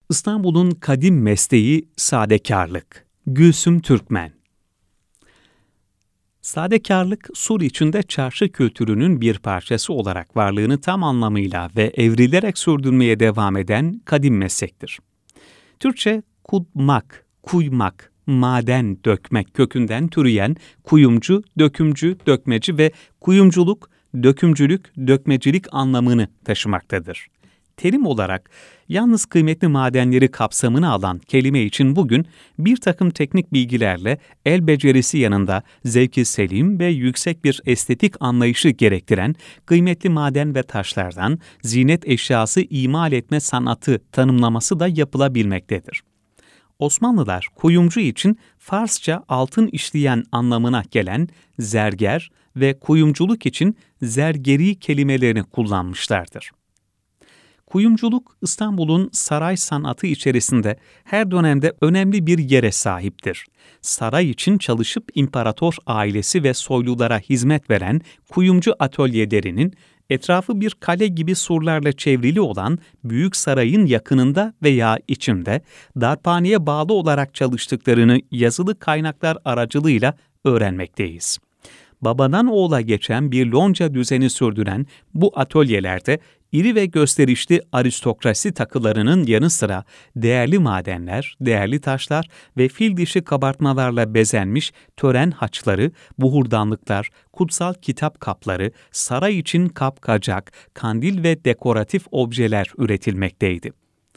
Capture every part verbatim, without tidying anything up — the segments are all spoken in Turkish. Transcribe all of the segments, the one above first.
İstanbul'un kadim mesleği sadekarlık. Gülsüm Türkmen. Sadekarlık, Sur içinde çarşı kültürünün bir parçası olarak varlığını tam anlamıyla ve evrilerek sürdürmeye devam eden kadim meslektir. Türkçe kudmak, kuymak, maden dökmek kökünden türeyen kuyumcu, dökümcü, dökmeci ve kuyumculuk, dökümcülük, dökmecilik anlamını taşımaktadır. Terim olarak yalnız kıymetli madenleri kapsamına alan kelime için bugün bir takım teknik bilgilerle el becerisi yanında zevki selim ve yüksek bir estetik anlayışı gerektiren kıymetli maden ve taşlardan ziynet eşyası imal etme sanatı tanımlaması da yapılabilmektedir. Osmanlılar kuyumcu için Farsça altın işleyen anlamına gelen zerger ve kuyumculuk için zergeri kelimelerini kullanmışlardır. Kuyumculuk, İstanbul'un saray sanatı içerisinde her dönemde önemli bir yere sahiptir. Saray için çalışıp imparator ailesi ve soylulara hizmet veren kuyumcu atölyelerinin, etrafı bir kale gibi surlarla çevrili olan büyük sarayın yakınında veya içinde darphaneye bağlı olarak çalıştıklarını yazılı kaynaklar aracılığıyla öğrenmekteyiz. Babadan oğula geçen bir lonca düzeni sürdüren bu atölyelerde iri ve gösterişli aristokrasi takılarının yanı sıra değerli madenler, değerli taşlar ve fil dişi kabartmalarla bezenmiş tören haçları, buhurdanlıklar, kutsal kitap kapları, saray için kapkacak, kandil ve dekoratif objeler üretilmekteydi.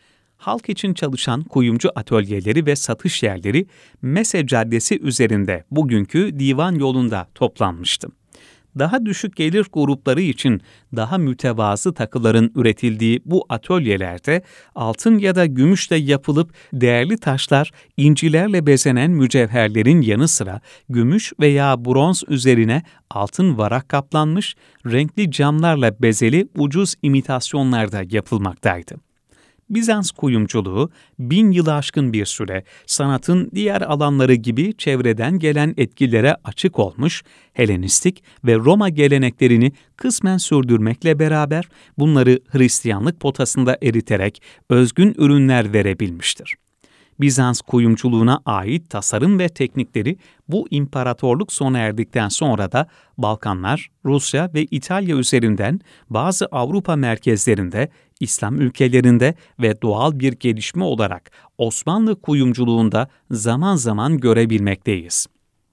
Halk için çalışan kuyumcu atölyeleri ve satış yerleri Mese Caddesi üzerinde bugünkü Divan yolunda toplanmıştı. Daha düşük gelir grupları için daha mütevazı takıların üretildiği bu atölyelerde altın ya da gümüşle yapılıp değerli taşlar, incilerle bezenen mücevherlerin yanı sıra gümüş veya bronz üzerine altın varak kaplanmış, renkli camlarla bezeli ucuz imitasyonlar da yapılmaktaydı. Bizans kuyumculuğu bin yılı aşkın bir süre sanatın diğer alanları gibi çevreden gelen etkilere açık olmuş, Helenistik ve Roma geleneklerini kısmen sürdürmekle beraber bunları Hristiyanlık potasında eriterek özgün ürünler verebilmiştir. Bizans kuyumculuğuna ait tasarım ve teknikleri bu imparatorluk sona erdikten sonra da Balkanlar, Rusya ve İtalya üzerinden bazı Avrupa merkezlerinde, İslam ülkelerinde ve doğal bir gelişme olarak Osmanlı kuyumculuğunda zaman zaman görebilmekteyiz.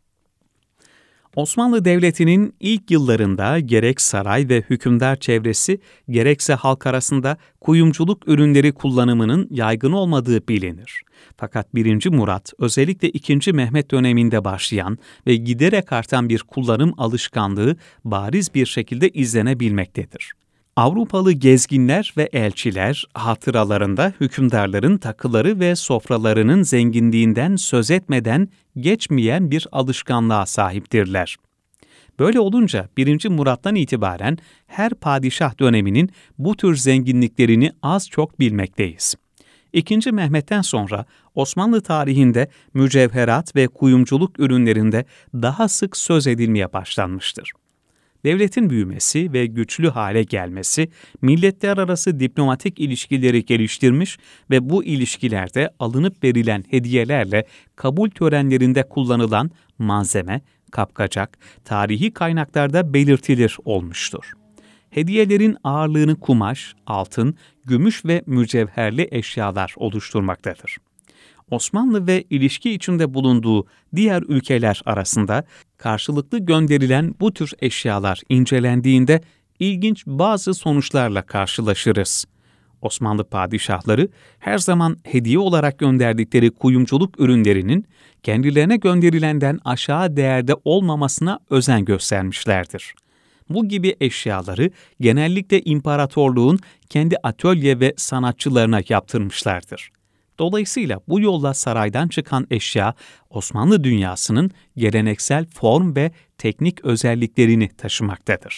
Osmanlı Devleti'nin ilk yıllarında gerek saray ve hükümdar çevresi, gerekse halk arasında kuyumculuk ürünleri kullanımının yaygın olmadığı bilinir. Fakat birinci. Murat, özellikle ikinci. Mehmet döneminde başlayan ve giderek artan bir kullanım alışkanlığı bariz bir şekilde izlenebilmektedir. Avrupalı gezginler ve elçiler hatıralarında hükümdarların takıları ve sofralarının zenginliğinden söz etmeden geçmeyen bir alışkanlığa sahiptirler. Böyle olunca birinci. Murat'tan itibaren her padişah döneminin bu tür zenginliklerini az çok bilmekteyiz. ikinci. Mehmet'ten sonra Osmanlı tarihinde mücevherat ve kuyumculuk ürünlerinde daha sık söz edilmeye başlanmıştır. Devletin büyümesi ve güçlü hale gelmesi, milletler arası diplomatik ilişkileri geliştirmiş ve bu ilişkilerde alınıp verilen hediyelerle kabul törenlerinde kullanılan malzeme, kapkacak, tarihi kaynaklarda belirtilir olmuştur. Hediyelerin ağırlığını kumaş, altın, gümüş ve mücevherli eşyalar oluşturmaktadır. Osmanlı ve ilişki içinde bulunduğu diğer ülkeler arasında karşılıklı gönderilen bu tür eşyalar incelendiğinde ilginç bazı sonuçlarla karşılaşırız. Osmanlı padişahları her zaman hediye olarak gönderdikleri kuyumculuk ürünlerinin kendilerine gönderilenden aşağı değerde olmamasına özen göstermişlerdir. Bu gibi eşyaları genellikle imparatorluğun kendi atölye ve sanatçılarına yaptırmışlardır. Dolayısıyla bu yolla saraydan çıkan eşya, Osmanlı dünyasının geleneksel form ve teknik özelliklerini taşımaktadır.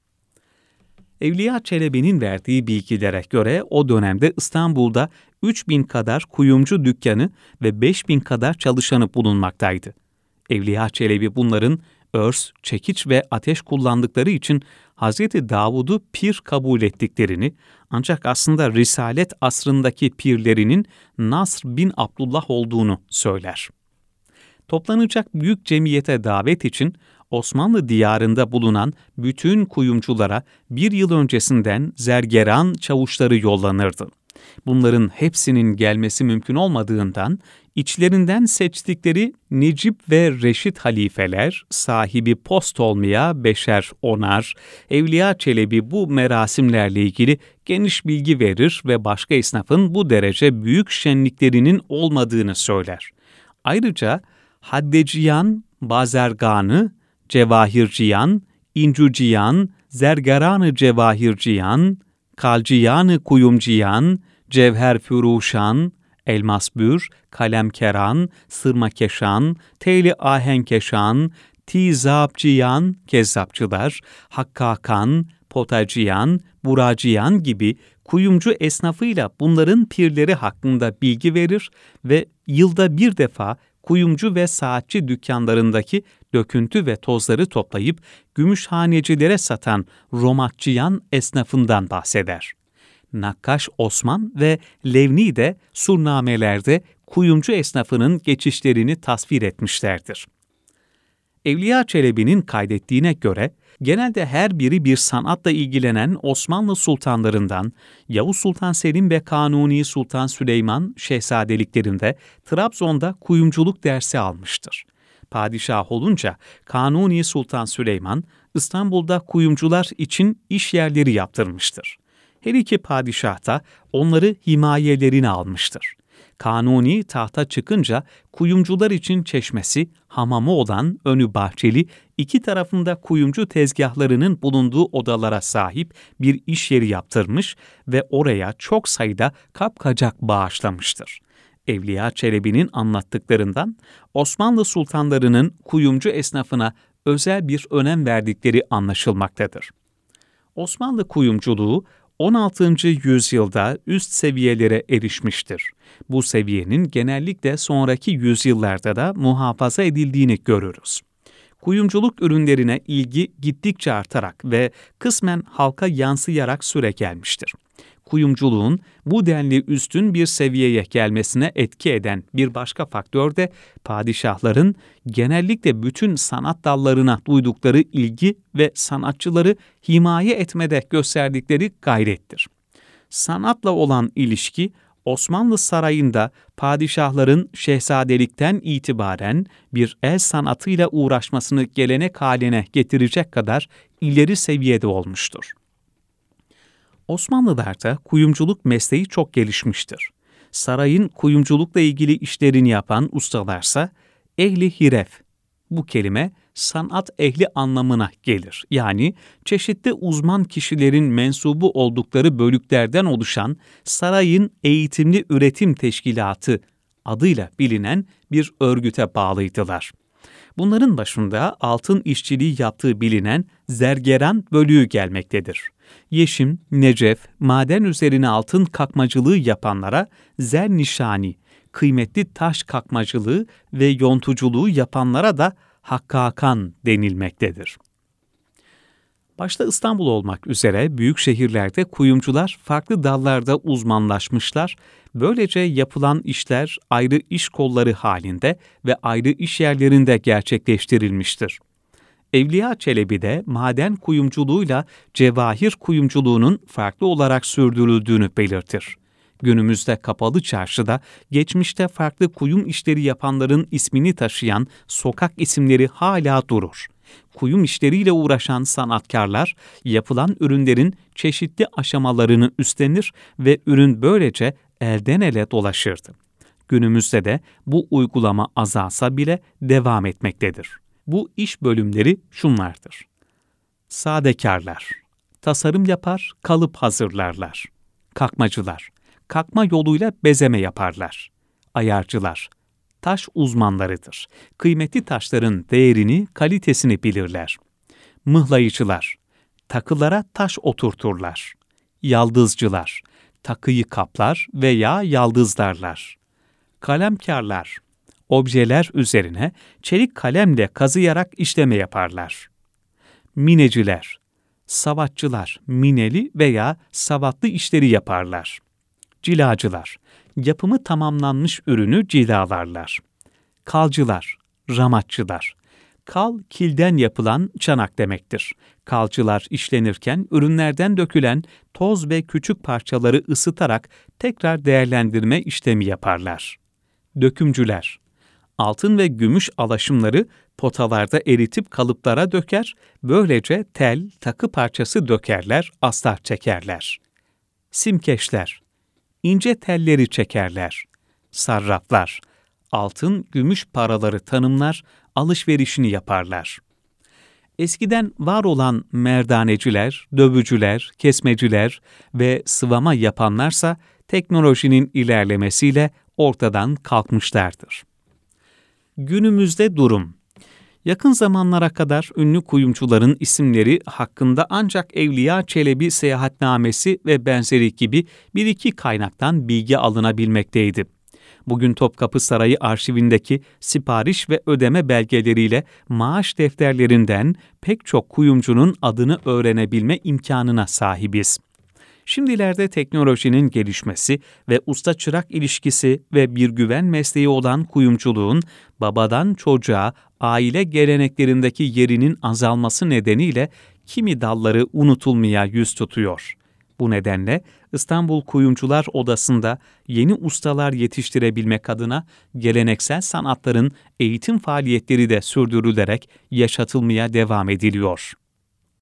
Evliya Çelebi'nin verdiği bilgilere göre o dönemde İstanbul'da üç bin kadar kuyumcu dükkanı ve beş bin kadar çalışanı bulunmaktaydı. Evliya Çelebi bunların örs, çekiç ve ateş kullandıkları için Hazreti Davud'u pir kabul ettiklerini, Ancak aslında Risalet asrındaki pirlerinin Nasr bin Abdullah olduğunu söyler. Toplanacak büyük cemiyete davet için Osmanlı diyarında bulunan bütün kuyumculara bir yıl öncesinden zergeran çavuşları yollanırdı. Bunların hepsinin gelmesi mümkün olmadığından, içlerinden seçtikleri Necip ve Reşit halifeler, sahibi post olmaya beşer onar, Evliya Çelebi bu merasimlerle ilgili geniş bilgi verir ve başka esnafın bu derece büyük şenliklerinin olmadığını söyler. Ayrıca Haddeciyan, Bazerganı, Cevahirciyan, İncuciyan, Zergeran-ı Cevahirciyan, Kalciyan-ı Kuyumciyan, Cevher-Füruşan, Elmasbür, Kalemkeran, Sırmakeşan, Teli Ahenkeşan, Tizapciyan, Kezzapçılar, Hakkakan, Potacıyan, Buraciyan gibi kuyumcu esnafıyla bunların pirleri hakkında bilgi verir ve yılda bir defa kuyumcu ve saatçi dükkanlarındaki döküntü ve tozları toplayıp gümüşhanecilere satan Romatçıyan esnafından bahseder. Nakkaş Osman ve Levni de surnamelerde kuyumcu esnafının geçişlerini tasvir etmişlerdir. Evliya Çelebi'nin kaydettiğine göre, genelde her biri bir sanatla ilgilenen Osmanlı sultanlarından, Yavuz Sultan Selim ve Kanuni Sultan Süleyman şehzadeliklerinde Trabzon'da kuyumculuk dersi almıştır. Padişah olunca Kanuni Sultan Süleyman, İstanbul'da kuyumcular için iş yerleri yaptırmıştır. Her iki padişah da onları himayelerine almıştır. Kanuni tahta çıkınca kuyumcular için çeşmesi, hamamı olan önü bahçeli, iki tarafında kuyumcu tezgahlarının bulunduğu odalara sahip bir iş yeri yaptırmış ve oraya çok sayıda kapkacak bağışlamıştır. Evliya Çelebi'nin anlattıklarından Osmanlı sultanlarının kuyumcu esnafına özel bir önem verdikleri anlaşılmaktadır. Osmanlı kuyumculuğu on altıncı yüzyılda üst seviyelere erişmiştir. Bu seviyenin genellikle sonraki yüzyıllarda da muhafaza edildiğini görürüz. Kuyumculuk ürünlerine ilgi gittikçe artarak ve kısmen halka yansıyarak süregelmiştir. Kuyumculuğun bu denli üstün bir seviyeye gelmesine etki eden bir başka faktör de padişahların genellikle bütün sanat dallarına duydukları ilgi ve sanatçıları himaye etmede gösterdikleri gayrettir. Sanatla olan ilişki, Osmanlı sarayında padişahların şehzadelikten itibaren bir el sanatıyla uğraşmasını gelenek haline getirecek kadar ileri seviyede olmuştur. Osmanlılar'da kuyumculuk mesleği çok gelişmiştir. Sarayın kuyumculukla ilgili işlerini yapan ustalarsa ehli hiref. Bu kelime sanat ehli anlamına gelir. Yani çeşitli uzman kişilerin mensubu oldukları bölüklerden oluşan sarayın eğitimli üretim teşkilatı adıyla bilinen bir örgüte bağlıydılar. Bunların başında altın işçiliği yaptığı bilinen Zergeran bölüğü gelmektedir. Yeşim, necef, maden üzerine altın kakmacılığı yapanlara zernişani, kıymetli taş kakmacılığı ve yontuculuğu yapanlara da hakkakan denilmektedir. Başta İstanbul olmak üzere büyük şehirlerde kuyumcular farklı dallarda uzmanlaşmışlar, böylece yapılan işler ayrı iş kolları halinde ve ayrı iş yerlerinde gerçekleştirilmiştir. Evliya Çelebi de maden kuyumculuğuyla cevahir kuyumculuğunun farklı olarak sürdürüldüğünü belirtir. Günümüzde kapalı çarşıda geçmişte farklı kuyum işleri yapanların ismini taşıyan sokak isimleri hala durur. Kuyum işleriyle uğraşan sanatkarlar yapılan ürünlerin çeşitli aşamalarını üstlenir ve ürün böylece elden ele dolaşırdı. Günümüzde de bu uygulama azalsa bile devam etmektedir. Bu iş bölümleri şunlardır: sadekarlar, tasarım yapar, kalıp hazırlarlar. Kakmacılar, kakma yoluyla bezeme yaparlar. Ayarcılar, taş uzmanlarıdır. Kıymetli taşların değerini, kalitesini bilirler. Mıhlayıcılar, takılara taş oturturlar. Yaldızcılar, takıyı kaplar veya yaldızlarlar. Kalemkarlar, objeler üzerine çelik kalemle kazıyarak işleme yaparlar. Mineciler, Savatçılar, mineli veya savatlı işleri yaparlar. Cilacılar, yapımı tamamlanmış ürünü cilalarlar. Kalcılar, ramatçılar. Kal, kilden yapılan çanak demektir. Kalcılar işlenirken ürünlerden dökülen toz ve küçük parçaları ısıtarak tekrar değerlendirme işlemi yaparlar. Dökümcüler, altın ve gümüş alaşımları potalarda eritip kalıplara döker, böylece tel, takı parçası dökerler, astar çekerler. Simkeşler, ince telleri çekerler. Sarraflar, altın, gümüş paraları tanımlar, alışverişini yaparlar. Eskiden var olan merdaneciler, dövücüler, kesmeciler ve sıvama yapanlarsa teknolojinin ilerlemesiyle ortadan kalkmışlardır. Günümüzde durum. Yakın zamanlara kadar ünlü kuyumcuların isimleri hakkında ancak Evliya Çelebi seyahatnamesi ve benzeri gibi bir iki kaynaktan bilgi alınabilmekteydi. Bugün Topkapı Sarayı arşivindeki sipariş ve ödeme belgeleriyle maaş defterlerinden pek çok kuyumcunun adını öğrenebilme imkanına sahibiz. Şimdilerde teknolojinin gelişmesi ve usta-çırak ilişkisi ve bir güven mesleği olan kuyumculuğun babadan çocuğa aile geleneklerindeki yerinin azalması nedeniyle kimi dalları unutulmaya yüz tutuyor. Bu nedenle İstanbul Kuyumcular Odası'nda yeni ustalar yetiştirebilmek adına geleneksel sanatların eğitim faaliyetleri de sürdürülerek yaşatılmaya devam ediliyor.